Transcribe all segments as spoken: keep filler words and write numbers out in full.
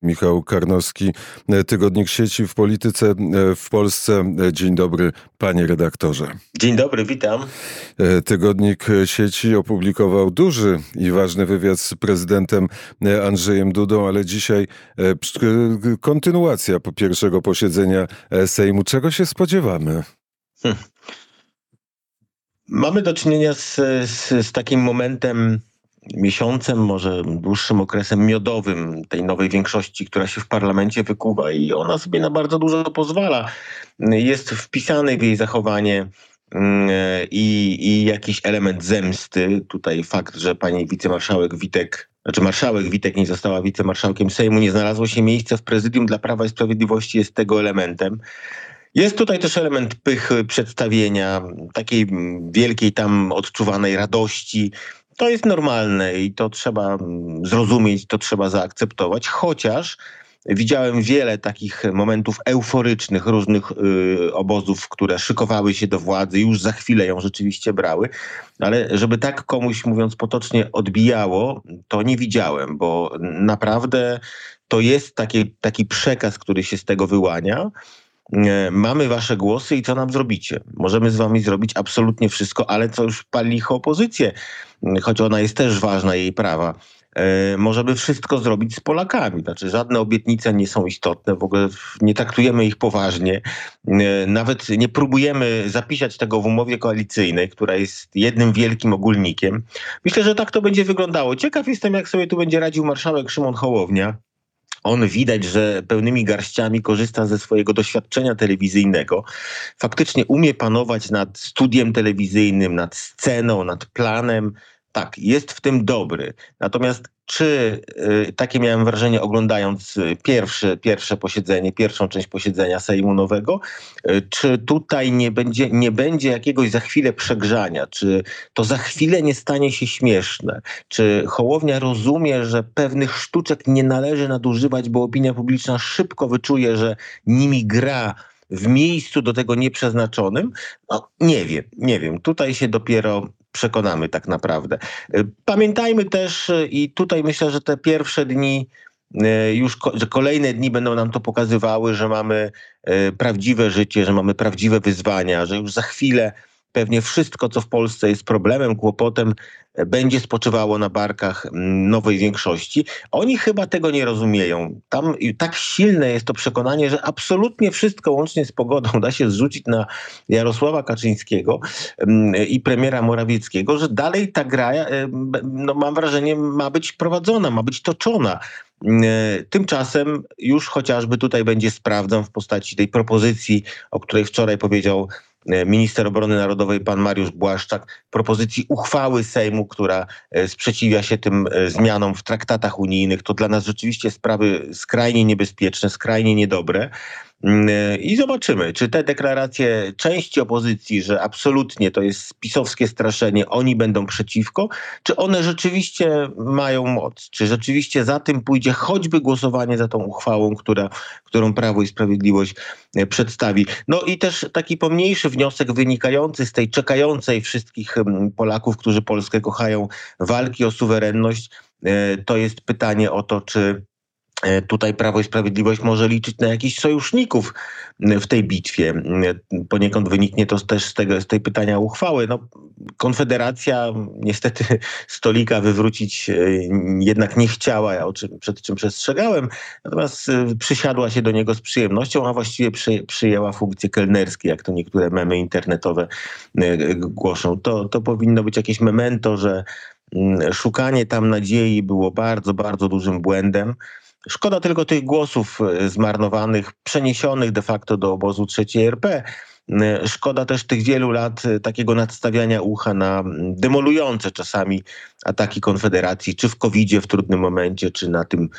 Michał Karnowski, Tygodnik Sieci w Polityce w Polsce. Dzień dobry, panie redaktorze. Dzień dobry, witam. Tygodnik Sieci opublikował duży i ważny wywiad z prezydentem Andrzejem Dudą, ale dzisiaj kontynuacja pierwszego posiedzenia Sejmu. Czego się spodziewamy? Hmm. Mamy do czynienia z, z, z takim momentem, miesiącem, może dłuższym okresem miodowym tej nowej większości, która się w parlamencie wykuwa i ona sobie na bardzo dużo pozwala. Jest wpisany w jej zachowanie i, i jakiś element zemsty. Tutaj fakt, że pani wicemarszałek Witek, znaczy marszałek Witek nie została wicemarszałkiem Sejmu, nie znalazło się miejsca w prezydium dla Prawa i Sprawiedliwości, jest tego elementem. Jest tutaj też element pychy, przedstawienia, takiej wielkiej tam odczuwanej radości. To jest normalne i to trzeba zrozumieć, to trzeba zaakceptować, chociaż widziałem wiele takich momentów euforycznych różnych y, obozów, które szykowały się do władzy, już za chwilę ją rzeczywiście brały, ale żeby tak komuś, mówiąc potocznie, odbijało, to nie widziałem, bo naprawdę to jest taki, taki przekaz, który się z tego wyłania. Mamy wasze głosy i co nam zrobicie? Możemy z wami zrobić absolutnie wszystko, ale co już pali licho opozycję, choć ona jest też ważna, jej prawa. E, możemy wszystko zrobić z Polakami. Znaczy żadne obietnice nie są istotne, w ogóle nie traktujemy ich poważnie. E, nawet nie próbujemy zapisać tego w umowie koalicyjnej, która jest jednym wielkim ogólnikiem. Myślę, że tak to będzie wyglądało. Ciekaw jestem, jak sobie tu będzie radził marszałek Szymon Hołownia. On widać, że pełnymi garściami korzysta ze swojego doświadczenia telewizyjnego. Faktycznie umie panować nad studiem telewizyjnym, nad sceną, nad planem. Tak, jest w tym dobry. Natomiast czy, y, takie miałem wrażenie oglądając pierwsze, pierwsze posiedzenie, pierwszą część posiedzenia Sejmu nowego, y, czy tutaj nie będzie, nie będzie jakiegoś za chwilę przegrzania? Czy to za chwilę nie stanie się śmieszne? Czy Hołownia rozumie, że pewnych sztuczek nie należy nadużywać, bo opinia publiczna szybko wyczuje, że nimi gra w miejscu do tego nieprzeznaczonym? No nie wiem, nie wiem. Tutaj się dopiero przekonamy tak naprawdę. Pamiętajmy też, i tutaj myślę, że te pierwsze dni, już że kolejne dni będą nam to pokazywały, że mamy prawdziwe życie, że mamy prawdziwe wyzwania, że już za chwilę pewnie wszystko, co w Polsce jest problemem, kłopotem, będzie spoczywało na barkach nowej większości. Oni chyba tego nie rozumieją. Tam tak silne jest to przekonanie, że absolutnie wszystko łącznie z pogodą da się zrzucić na Jarosława Kaczyńskiego i premiera Morawieckiego, że dalej ta gra, no mam wrażenie, ma być prowadzona, ma być toczona. Tymczasem już chociażby tutaj będzie sprawdzam w postaci tej propozycji, o której wczoraj powiedział minister obrony narodowej pan Mariusz Błaszczak, propozycji uchwały Sejmu, która sprzeciwia się tym zmianom w traktatach unijnych. To dla nas rzeczywiście sprawy skrajnie niebezpieczne, skrajnie niedobre. I zobaczymy, czy te deklaracje części opozycji, że absolutnie to jest pisowskie straszenie, oni będą przeciwko, czy one rzeczywiście mają moc, czy rzeczywiście za tym pójdzie choćby głosowanie za tą uchwałą, która, którą Prawo i Sprawiedliwość przedstawi. No i też taki pomniejszy wniosek wynikający z tej czekającej wszystkich Polaków, którzy Polskę kochają, walki o suwerenność, to jest pytanie o to, czy tutaj Prawo i Sprawiedliwość może liczyć na jakichś sojuszników w tej bitwie. Poniekąd wyniknie to też z, tego, z tej pytania uchwały. No, Konfederacja niestety stolika wywrócić jednak nie chciała, o czym, przed czym przestrzegałem, natomiast przysiadła się do niego z przyjemnością, a właściwie przy, przyjęła funkcje kelnerskie, jak to niektóre memy internetowe głoszą. To, to powinno być jakieś memento, że szukanie tam nadziei było bardzo, bardzo dużym błędem. Szkoda tylko tych głosów zmarnowanych, przeniesionych de facto do obozu trzeciej R P. Szkoda też tych wielu lat takiego nadstawiania ucha na demolujące czasami ataki Konfederacji, czy w kowidzie w trudnym momencie, czy na tym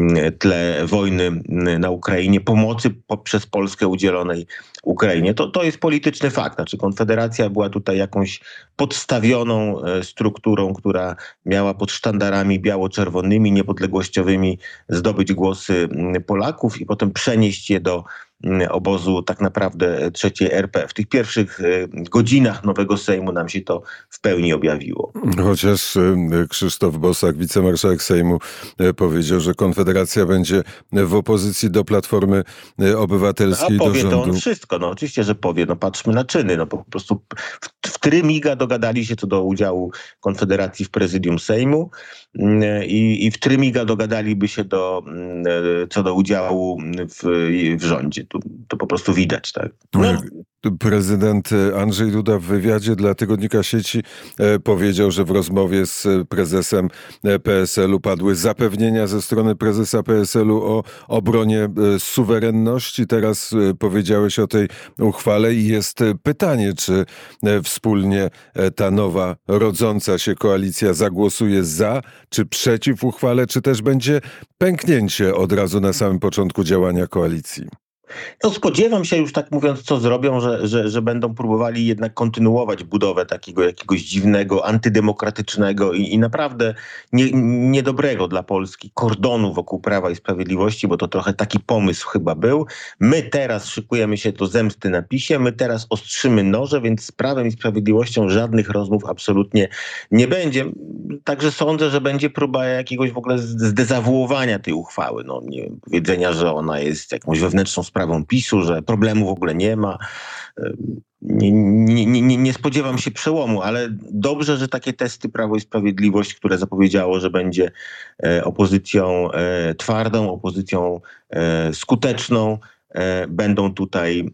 tle wojny na Ukrainie, pomocy poprzez Polskę udzielonej Ukrainie. To, to jest polityczny fakt. Znaczy Konfederacja była tutaj jakąś podstawioną strukturą, która miała pod sztandarami biało-czerwonymi, niepodległościowymi zdobyć głosy Polaków i potem przenieść je do obozu tak naprawdę trzeciej R P. W tych pierwszych godzinach nowego Sejmu nam się to w pełni objawiło. Chociaż Krzysztof Bosak, wicemarszałek Sejmu, powiedział, że Konfederacja będzie w opozycji do Platformy Obywatelskiej, A powie do rządu. to on wszystko. No oczywiście, że powie. No patrzmy na czyny. No po prostu w, w trymiga dogadali się co do udziału Konfederacji w prezydium Sejmu i, i w trymiga dogadaliby się do, co do udziału w, w rządzie. Tu, to po prostu widać, tak? No. Prezydent Andrzej Duda w wywiadzie dla tygodnika Sieci powiedział, że w rozmowie z prezesem P S L u padły zapewnienia ze strony prezesa P S L u o obronie suwerenności. Teraz powiedziałeś o tej uchwale i jest pytanie, czy wspólnie ta nowa, rodząca się koalicja zagłosuje za, czy przeciw uchwale, czy też będzie pęknięcie od razu na samym początku działania koalicji. No spodziewam się już, tak mówiąc, co zrobią, że, że, że będą próbowali jednak kontynuować budowę takiego jakiegoś dziwnego, antydemokratycznego i, i naprawdę nie, niedobrego dla Polski kordonu wokół Prawa i Sprawiedliwości, bo to trochę taki pomysł chyba był. My teraz szykujemy się do zemsty na PiSie, my teraz ostrzymy noże, więc z Prawem i Sprawiedliwością żadnych rozmów absolutnie nie będzie. Także sądzę, że będzie próba jakiegoś w ogóle zdezawuowania tej uchwały. No, nie wiem, powiedzenia, że ona jest jakąś wewnętrzną sprawą PiSu, że problemu w ogóle nie ma. Nie, nie, nie, nie spodziewam się przełomu, ale dobrze, że takie testy Prawo i Sprawiedliwość, które zapowiedziało, że będzie opozycją twardą, opozycją skuteczną, będą tutaj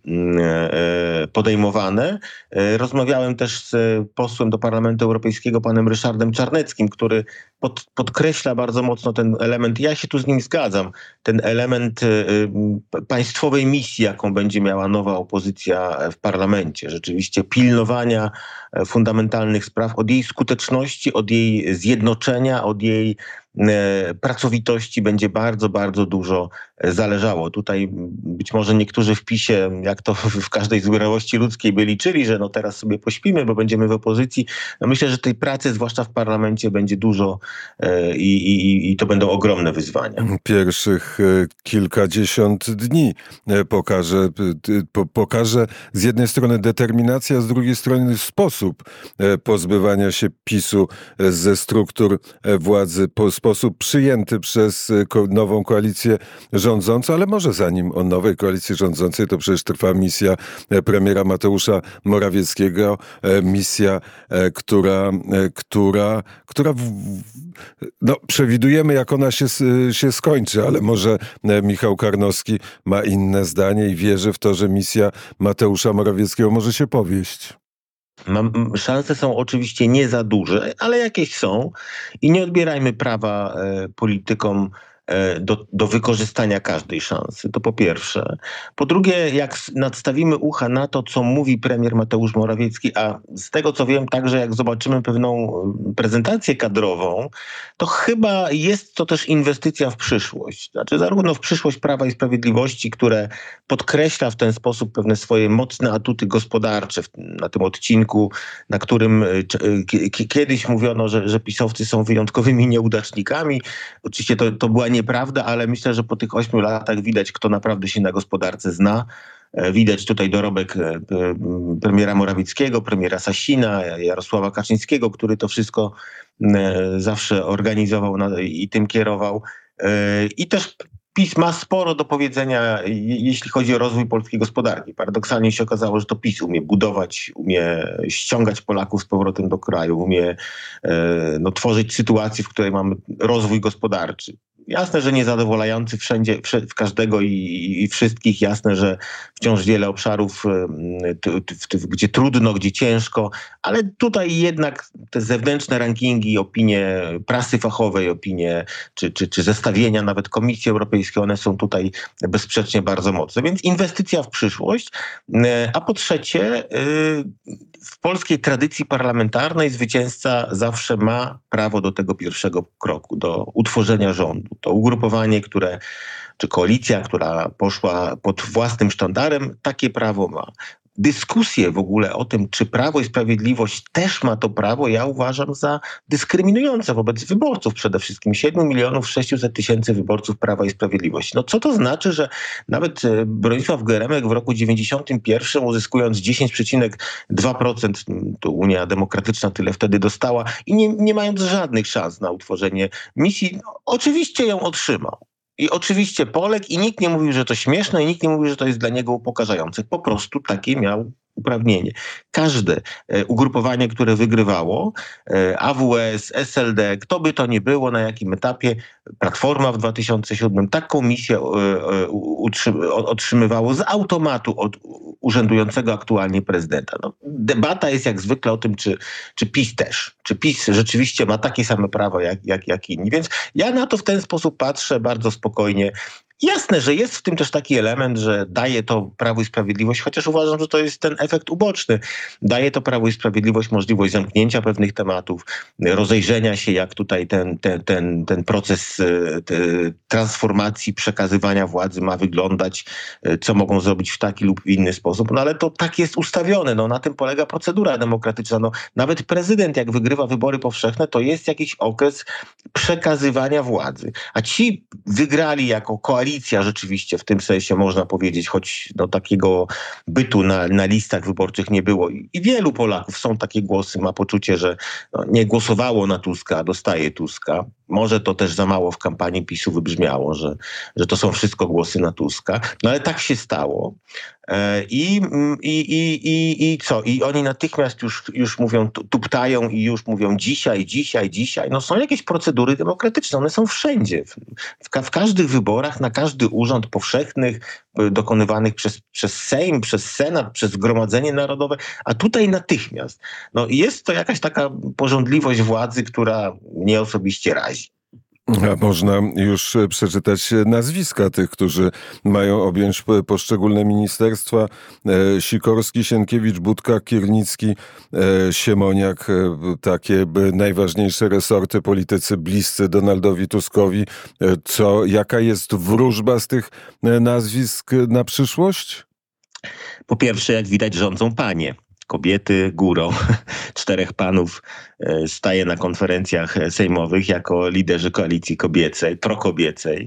podejmowane. Rozmawiałem też z posłem do Parlamentu Europejskiego, panem Ryszardem Czarneckim, który pod, podkreśla bardzo mocno ten element, ja się tu z nim zgadzam, ten element państwowej misji, jaką będzie miała nowa opozycja w parlamencie. Rzeczywiście pilnowania fundamentalnych spraw, od jej skuteczności, od jej zjednoczenia, od jej pracowitości będzie bardzo, bardzo dużo zależało. Tutaj być może niektórzy w PiSie, jak to w każdej zbiorowości ludzkiej, by liczyli, że no teraz sobie pośpimy, bo będziemy w opozycji. No myślę, że tej pracy, zwłaszcza w parlamencie, będzie dużo i, i, i to będą ogromne wyzwania. Pierwszych kilkadziesiąt dni pokaże, pokaże z jednej strony determinacja, z drugiej strony sposób pozbywania się PiSu ze struktur władzy, po sposób przyjęty przez nową koalicję rządzącą, ale może zanim o nowej koalicji rządzącej, to przecież trwa misja premiera Mateusza Morawieckiego, misja, która, która, która w, no, przewidujemy, jak ona się, się skończy, ale może Michał Karnowski ma inne zdanie i wierzy w to, że misja Mateusza Morawieckiego może się powieść. Mam, szanse są oczywiście nie za duże, ale jakieś są i nie odbierajmy prawa e, politykom Do, do wykorzystania każdej szansy. To po pierwsze. Po drugie, jak nadstawimy ucha na to, co mówi premier Mateusz Morawiecki, a z tego co wiem, także jak zobaczymy pewną prezentację kadrową, to chyba jest to też inwestycja w przyszłość. Znaczy zarówno w przyszłość Prawa i Sprawiedliwości, które podkreśla w ten sposób pewne swoje mocne atuty gospodarcze na tym odcinku, na którym kiedyś mówiono, że, że pisowcy są wyjątkowymi nieudacznikami. Oczywiście to, to była nieprawda, ale myślę, że po tych ośmiu latach widać, kto naprawdę się na gospodarce zna. Widać tutaj dorobek premiera Morawieckiego, premiera Sasina, Jarosława Kaczyńskiego, który to wszystko zawsze organizował i tym kierował. I też PiS ma sporo do powiedzenia, jeśli chodzi o rozwój polskiej gospodarki. Paradoksalnie się okazało, że to PiS umie budować, umie ściągać Polaków z powrotem do kraju, umie no, tworzyć sytuację, w której mamy rozwój gospodarczy. Jasne, że niezadowalający wszędzie, w każdego i, i wszystkich. Jasne, że wciąż wiele obszarów, t, t, t, gdzie trudno, gdzie ciężko, ale tutaj jednak te zewnętrzne rankingi, opinie prasy fachowej, opinie czy, czy, czy zestawienia nawet Komisji Europejskiej, one są tutaj bezsprzecznie bardzo mocne. Więc inwestycja w przyszłość. A po trzecie, w polskiej tradycji parlamentarnej zwycięzca zawsze ma prawo do tego pierwszego kroku, do utworzenia rządu. To ugrupowanie, które, czy koalicja, która poszła pod własnym sztandarem, takie prawo ma. dyskusję w ogóle o tym, czy Prawo i Sprawiedliwość też ma to prawo, ja uważam za dyskryminujące wobec wyborców przede wszystkim. siedem milionów sześćset tysięcy wyborców Prawa i Sprawiedliwości. No co to znaczy, że nawet Bronisław Geremek w roku dziewięćdziesiątym pierwszym uzyskując dziesięć przecinek dwa procent, to Unia Demokratyczna tyle wtedy dostała i nie, nie mając żadnych szans na utworzenie misji, no, oczywiście ją otrzymał. I oczywiście Polek i nikt nie mówił, że to śmieszne i nikt nie mówił, że to jest dla niego upokarzające. Po prostu takie miał uprawnienie. Każde e, ugrupowanie, które wygrywało, e, A W S, S L D, kto by to nie było, na jakim etapie, Platforma w dwa tysiące siódmym, taką misję e, e, utrzy- otrzymywało z automatu od urzędującego aktualnie prezydenta. No, debata jest jak zwykle o tym, czy, czy PiS też. Czy PiS rzeczywiście ma takie same prawa jak, jak, jak inni. Więc ja na to w ten sposób patrzę bardzo spokojnie. Jasne, że jest w tym też taki element, że daje to Prawo i Sprawiedliwość, chociaż uważam, że to jest ten efekt uboczny. Daje to Prawo i Sprawiedliwość możliwość zamknięcia pewnych tematów, rozejrzenia się, jak tutaj ten, ten, ten, ten proces te, transformacji, przekazywania władzy ma wyglądać, co mogą zrobić w taki lub inny sposób. No ale to tak jest ustawione. No, na tym polega procedura demokratyczna. No, nawet prezydent, jak wygrywa wybory powszechne, to jest jakiś okres przekazywania władzy. A ci wygrali jako koalicja, rzeczywiście w tym sensie można powiedzieć, choć no, takiego bytu na, na listach wyborczych nie było. I, I wielu Polaków, są takie głosy, ma poczucie, że no, nie głosowało na Tuska, a dostaje Tuska. Może to też za mało w kampanii PiSu wybrzmiało, że, że to są wszystko głosy na Tuska. No ale tak się stało. I, i, i, i, i co? I oni natychmiast już, już mówią, tuptają i już mówią dzisiaj, dzisiaj, dzisiaj. No są jakieś procedury demokratyczne, one są wszędzie. W, w, w każdych wyborach, na każdy urząd powszechnych, dokonywanych przez, przez Sejm, przez Senat, przez Zgromadzenie Narodowe, a tutaj natychmiast. No jest to jakaś taka pożądliwość władzy, która mnie osobiście razi. A można już przeczytać nazwiska tych, którzy mają objąć poszczególne ministerstwa. Sikorski, Sienkiewicz, Budka, Kiernicki, Siemoniak. Takie najważniejsze resorty, politycy bliscy Donaldowi Tuskowi. Co, jaka jest wróżba z tych nazwisk na przyszłość? Po pierwsze, jak widać, rządzą panie. Kobiety górą, czterech panów staje na konferencjach sejmowych jako liderzy koalicji kobiecej, prokobiecej.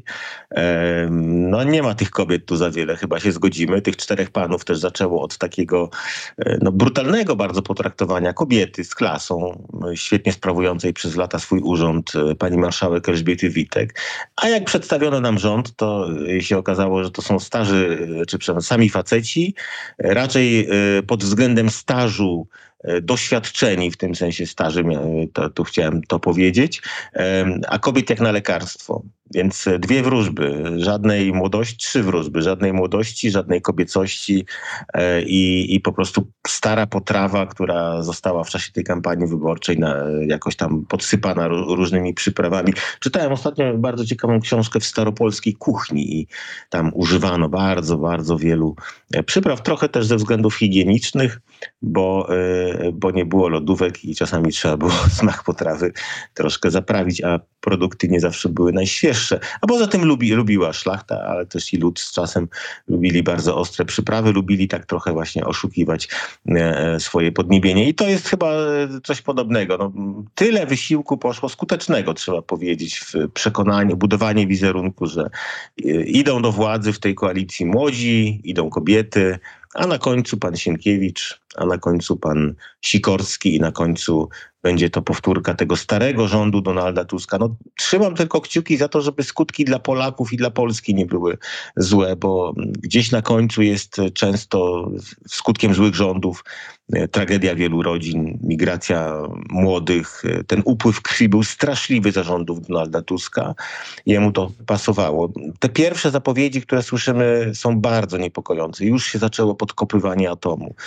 No nie ma tych kobiet tu za wiele, chyba się zgodzimy. Tych czterech panów też zaczęło od takiego no, brutalnego bardzo potraktowania kobiety z klasą, świetnie sprawującej przez lata swój urząd, pani marszałek Elżbiety Witek. A jak przedstawiono nam rząd, to się okazało, że to są starzy, czy przynajmniej sami faceci, raczej pod względem stażu doświadczeni, w tym sensie starzy, to, tu chciałem to powiedzieć, a kobiet jak na lekarstwo. Więc dwie wróżby, żadnej młodości, trzy wróżby, żadnej młodości, żadnej kobiecości i, i po prostu stara potrawa, która została w czasie tej kampanii wyborczej na, jakoś tam podsypana różnymi przyprawami. Czytałem ostatnio bardzo ciekawą książkę w staropolskiej kuchni i tam używano bardzo, bardzo wielu przypraw, trochę też ze względów higienicznych, bo, bo nie było lodówek i czasami trzeba było smak potrawy troszkę zaprawić, a produkty nie zawsze były najświeższe. A poza tym lubi, lubiła szlachta, ale też i lud z czasem lubili bardzo ostre przyprawy, lubili tak trochę właśnie oszukiwać e, swoje podniebienie. I to jest chyba coś podobnego. No, tyle wysiłku poszło, skutecznego trzeba powiedzieć, w przekonaniu, budowanie wizerunku, że e, idą do władzy w tej koalicji młodzi, idą kobiety, a na końcu pan Sienkiewicz, a na końcu pan Sikorski i na końcu będzie to powtórka tego starego rządu Donalda Tuska. No, trzymam tylko kciuki za to, żeby skutki dla Polaków i dla Polski nie były złe, bo gdzieś na końcu jest często skutkiem złych rządów tragedia wielu rodzin, migracja młodych. Ten upływ krwi był straszliwy za rządów Donalda Tuska. Jemu to pasowało. Te pierwsze zapowiedzi, które słyszymy, są bardzo niepokojące. Już się zaczęło podkopywanie atomu. Przy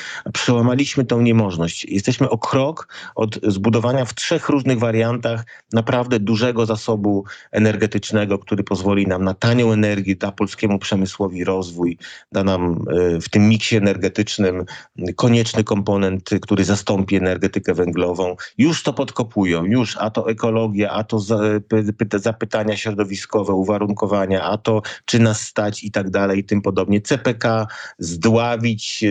przełamaliśmy tą niemożność. Jesteśmy o krok od zbudowania w trzech różnych wariantach naprawdę dużego zasobu energetycznego, który pozwoli nam na tanią energię, da polskiemu przemysłowi rozwój, da nam w tym miksie energetycznym konieczny komponent, który zastąpi energetykę węglową. Już to podkopują, już a to ekologia, a to zapytania środowiskowe, uwarunkowania, a to czy nas stać i tak dalej i tym podobnie. C P K zdławić,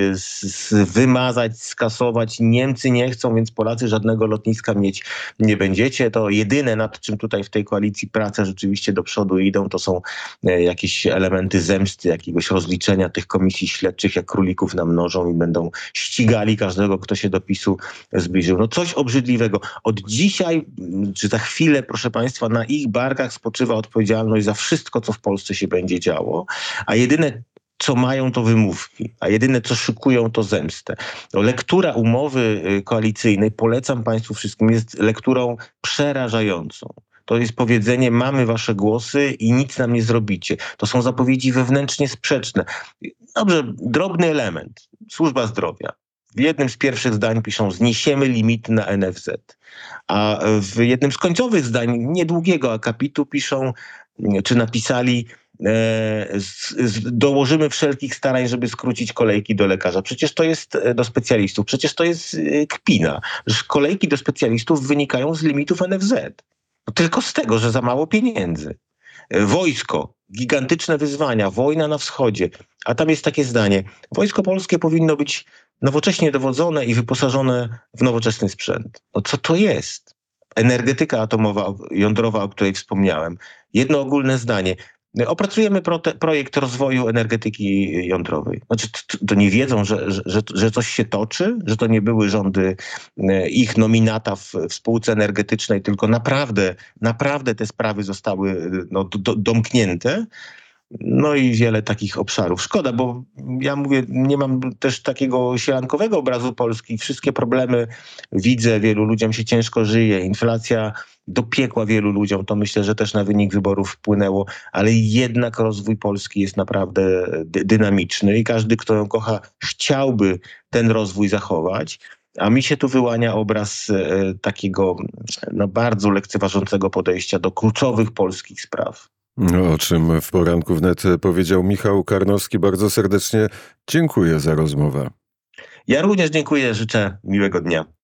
wymazać, skasować. Niemcy nie chcą, więc Polacy żadnego lotniska mieć nie będziecie. To jedyne, nad czym tutaj w tej koalicji prace rzeczywiście do przodu idą, to są jakieś elementy zemsty, jakiegoś rozliczenia tych komisji śledczych, jak królików namnożą i będą ścigali każdego, kto się do PiSu zbliżył. No coś obrzydliwego. Od dzisiaj, czy za chwilę, proszę państwa, na ich barkach spoczywa odpowiedzialność za wszystko, co w Polsce się będzie działo, a jedyne, co mają, to wymówki, a jedyne, co szykują, to zemstę. No, lektura umowy koalicyjnej, polecam państwu wszystkim, jest lekturą przerażającą. To jest powiedzenie, mamy wasze głosy i nic nam nie zrobicie. To są zapowiedzi wewnętrznie sprzeczne. Dobrze, drobny element. Służba zdrowia. W jednym z pierwszych zdań piszą, zniesiemy limity na N F Z. A w jednym z końcowych zdań, niedługiego akapitu piszą, czy napisali, e, z, z, dołożymy wszelkich starań, żeby skrócić kolejki do lekarza. Przecież to jest do specjalistów. Przecież to jest kpina. Że kolejki do specjalistów wynikają z limitów N F Z. No tylko z tego, że za mało pieniędzy. Wojsko, gigantyczne wyzwania, wojna na wschodzie. A tam jest takie zdanie. Wojsko polskie powinno być nowocześnie dowodzone i wyposażone w nowoczesny sprzęt. No co to jest? Energetyka atomowa, jądrowa, o której wspomniałem. Jedno ogólne zdanie. Opracujemy prote- projekt rozwoju energetyki jądrowej. Znaczy, to, to nie wiedzą, że, że, że coś się toczy, że to nie były rządy ich nominata w, w spółce energetycznej, tylko naprawdę, naprawdę te sprawy zostały no, do, domknięte. No i wiele takich obszarów. Szkoda, bo ja mówię, nie mam też takiego sielankowego obrazu Polski. Wszystkie problemy widzę, wielu ludziom się ciężko żyje. Inflacja dopiekła wielu ludziom, to myślę, że też na wynik wyborów wpłynęło, ale jednak rozwój Polski jest naprawdę dy- dynamiczny i każdy, kto ją kocha, chciałby ten rozwój zachować. A mi się tu wyłania obraz e, takiego no, bardzo lekceważącego podejścia do kluczowych polskich spraw. No, o czym w poranku wnet powiedział Michał Karnowski. Bardzo serdecznie dziękuję za rozmowę. Ja również dziękuję, życzę miłego dnia.